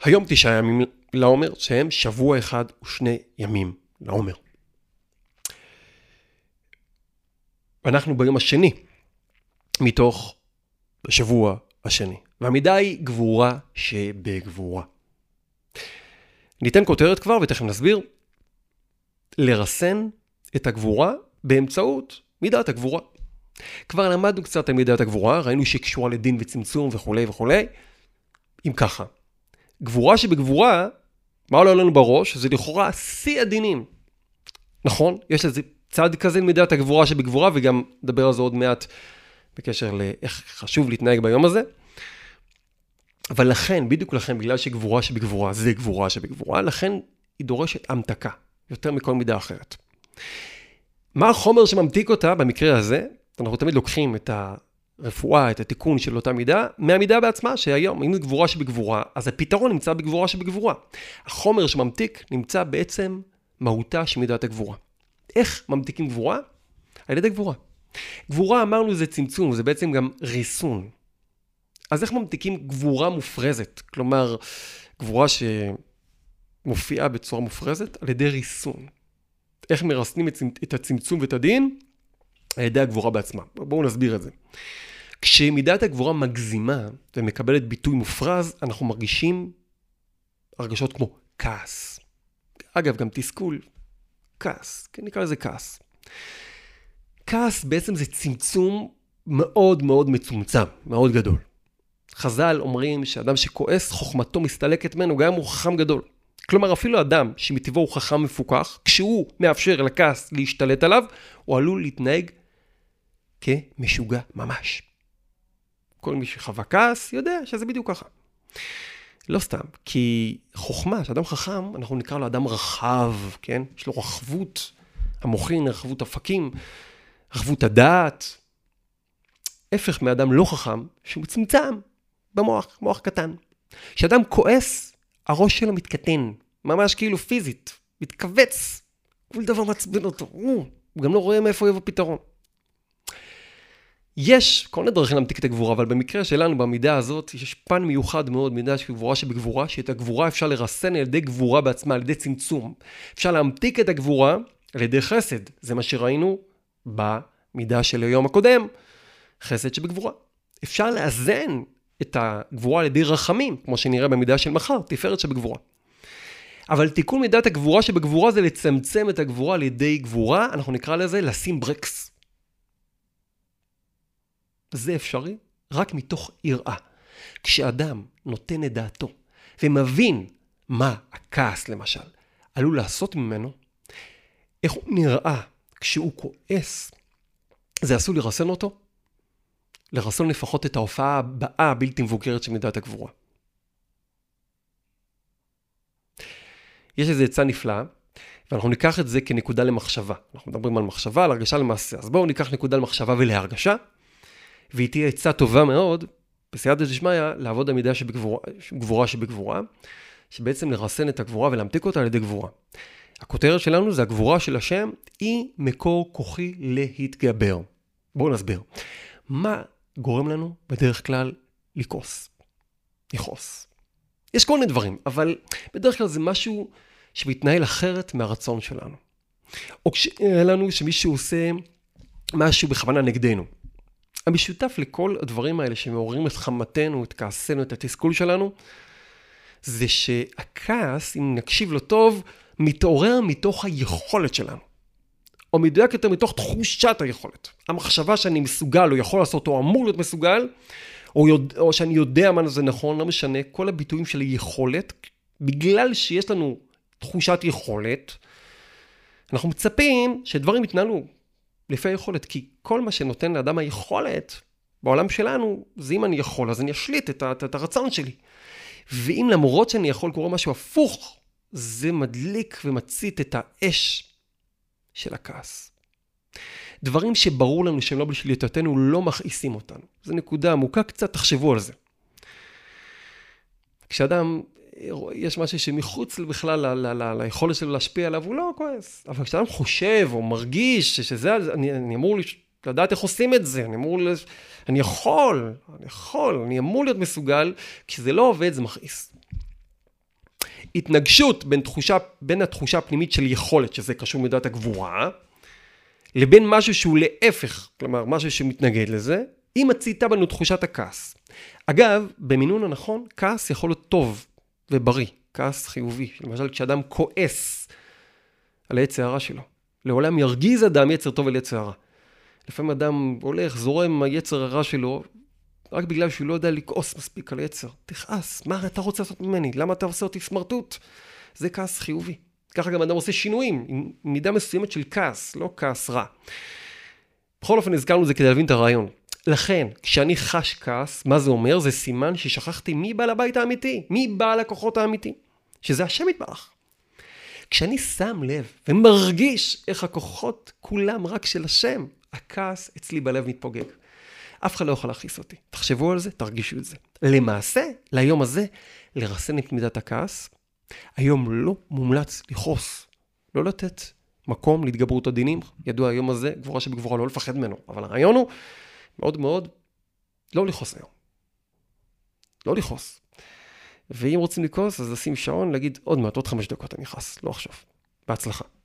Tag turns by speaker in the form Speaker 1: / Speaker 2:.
Speaker 1: היום 9 ימים לעומר, שהם שבוע אחד ושני ימים לעומר. אנחנו ביום השני מתוך השבוע השני. והמידה היא גבורה שבגבורה. ניתן כותרת כבר ותכף נסביר. לרסן את הגבורה באמצעות מידת הגבורה. כבר למדנו קצת על מידת הגבורה, ראינו שקשורה לדין וצמצום וכו' וכו'. אם ככה, גבורה שבגבורה, מה עולה לנו בראש? זה לכאורה שיא הדינים. נכון? יש לזה צד כזה למידת הגבורה שבגבורה, וגם נדבר על זה עוד מעט בקשר לאיך חשוב להתנהג ביום הזה. אבל לכן, בדיוק לכן, בגלל שגבורה שבגבורה זה גבורה שבגבורה, לכן היא דורשת המתקה, יותר מכל מידה אחרת. מה החומר שממתיק אותה במקרה הזה? אנחנו תמיד לוקחים את הרפואה, את התיקון של אותה מידה, מהמידה בעצמה, שהיום, אם זה גבורה שבגבורה, אז הפתרון נמצא בגבורה שבגבורה. החומר שממתיק נמצא בעצם מהותה של מידת הגבורה. איך ממתיקים גבורה? על ידי גבורה. גבורה, אמרנו, זה צמצום, זה בעצם גם ריסון. אז איך ממתיקים גבורה מופרזת? כלומר, גבורה שמופיעה בצורה מופרזת על ידי ריסון. איך מרסנים את הצמצום ואת הדין? על ידי הגבורה בעצמה. בואו נסביר את זה. כשמידת הגבורה מגזימה ומקבלת ביטוי מופרז, אנחנו מרגישים הרגשות כמו כעס. אגב, גם תסכול. כעס. כן, נקרא לזה כעס. כעס בעצם זה צמצום מאוד מאוד מצומצם, מאוד גדול. חז"ל אומרים שאדם שכועס, חוכמתו מסתלקת ממנו, גם הוא חכם גדול. כלומר, אפילו אדם שמטבעו הוא חכם מפוקח, כשהוא מאפשר לכעס להשתלט עליו, הוא עלול להתנהג כמשוגע ממש. כל מי שחווה כעס יודע שזה בדיוק ככה. לא סתם, כי חוכמה, שאדם חכם, אנחנו נקרא לו אדם רחב, כן? יש לו רחבות המוחין, רחבות הפקים, רחבות הדעת. הפך מאדם לא חכם, שהוא מצומצם במוח, מוח קטן. כשאדם כועס, הראש שלו מתקטן, ממש כאילו פיזית, מתכווץ, כל דבר מעצבן אותו, הוא גם לא רואה מאיפה יבוא פתרון. יש כל מיני דרכים להמתיק את הגבורה, אבל במקרה שלנו, במידה הזאת, יש פן מיוחד מאוד, מידה של גבורה שבגבורה, שאת הגבורה אפשר לרסן על ידי גבורה בעצמה, על ידי צמצום. אפשר להמתיק את הגבורה על ידי חסד. זה מה שראינו במידה של היום הקודם, חסד שבגבורה. אפשר לאזן את הגבורה על ידי רחמים, כמו שנראה במידה של מחר, תפארת שבגבורה. אבל תיקון מידת הגבורה שבגבורה זה לצמצם את הגבורה על ידי גבורה, אנחנו נקרא לזה לשים ברקס. זה אפשרי רק מתוך יראה. כשאדם נותן את דעתו ומבין מה הכעס למשל עלול לעשות ממנו, איך הוא נראה כשהוא כועס, זה עשוי לרסן אותו, לרסן לפחות את ההופעה הבאה הבלתי מבוקרת של מידת הגבורה. יש איזה עצה נפלאה, ואנחנו ניקח את זה כנקודה למחשבה. אנחנו מדברים על מחשבה, על הרגשה למעשה. אז בואו ניקח נקודה למחשבה ולהרגשה, והיא תהיה עצה טובה מאוד, בסייעתא דשמיא, לעבוד המידה שבגבורה שבגבורה, שבעצם לרסן את הגבורה ולהמתיק אותה על ידי גבורה. הכותרת שלנו זה הגבורה של השם, היא מקור כוחי להתגבר. בואו נסביר. מה גורם לנו בדרך כלל לכעוס? לכעוס. יש כל מיני דברים, אבל בדרך כלל זה משהו שמתנהל אחרת מהרצון שלנו. או כשנראה לנו שמישהו עושה משהו בכוונה נגדנו. המשותף לכל הדברים האלה שמעוררים את חמתנו, את כעסנו, את התסכול שלנו, זה שהכעס, אם נקשיב לו טוב, מתעורר מתוך היכולת שלנו. או מדויק יותר מתוך תחושת היכולת. המחשבה שאני מסוגל או יכול לעשות או אמור להיות מסוגל, או שאני יודע מה זה נכון, לא משנה, כל הביטויים של היכולת, בגלל שיש לנו תחושת יכולת, אנחנו מצפים שדברים יתנהלו לפי היכולת, כי כל מה שנותן לאדם היכולת, בעולם שלנו, זה אם אני יכול, אז אני אשליט את הרצון שלי. ואם למרות שאני יכול קורא משהו הפוך, זה מדליק ומצית את האש של הכעס. דברים שברור לנו שהם לא בשליטתנו, לא מכעיסים אותנו. זו נקודה עמוקה, קצת תחשבו על זה. כשאדם, יש משהו שמחוץ בכלל ליכולת שלו להשפיע עליו, הוא לא כועס. אבל כשאדם חושב או מרגיש שזה, אני אמור לדעת איך עושים את זה, אני יכול, אני אמור להיות מסוגל, כשזה לא עובד זה מכעיס. התנגשות בין התחושה הפנימית של יכולת, שזה קשור מידת הגבורה, לבין משהו שהוא להפך, כלומר, משהו שמתנגד לזה, היא מציתה בנו תחושת הכעס. אגב, במינון הנכון, כעס יכול להיות טוב ובריא, כעס חיובי. למשל, כשאדם כועס על היצר הרע שלו, לעולם ירגיז אדם יצר טוב על יצר הרע. לפעמים אדם הולך, זורם היצר הרע שלו, רק בגלל שהוא לא יודע לכעוס מספיק על היצר. תכעס, מה אתה רוצה לעשות ממני? למה אתה עושה אותי סמרטוט? זה כעס חיובי. ככה גם אדם עושה שינויים, עם מידה מסוימת של כעס, לא כעס רע. בכל אופן, הזכרנו זה כדי להבין את הרעיון. לכן, כשאני חש כעס, מה זה אומר? זה סימן ששכחתי מי בעל הבית האמיתי, מי בעל הכוחות האמיתי, שזה השם יתברך. כשאני שם לב ומרגיש איך הכוחות כולם רק של השם, הכעס אצלי בלב מתפוגג. אף אחד לא יכול להכניס אותי. תחשבו על זה, תרגישו את זה. למעשה, ליום הזה, לרסן את מידת הכעס, היום לא מומלץ לכעוס, לא לתת מקום להתגברות הדינים. ידוע היום הזה, גבורה שבגבורה לא לפחד ממנו, אבל הרעיון הוא מאוד מאוד לא לכעוס היום. לא לכעוס. ואם רוצים לכעוס, אז לשים שעון, להגיד עוד מעט, עוד 5 דקות אני נכעס, לא עכשיו. בהצלחה.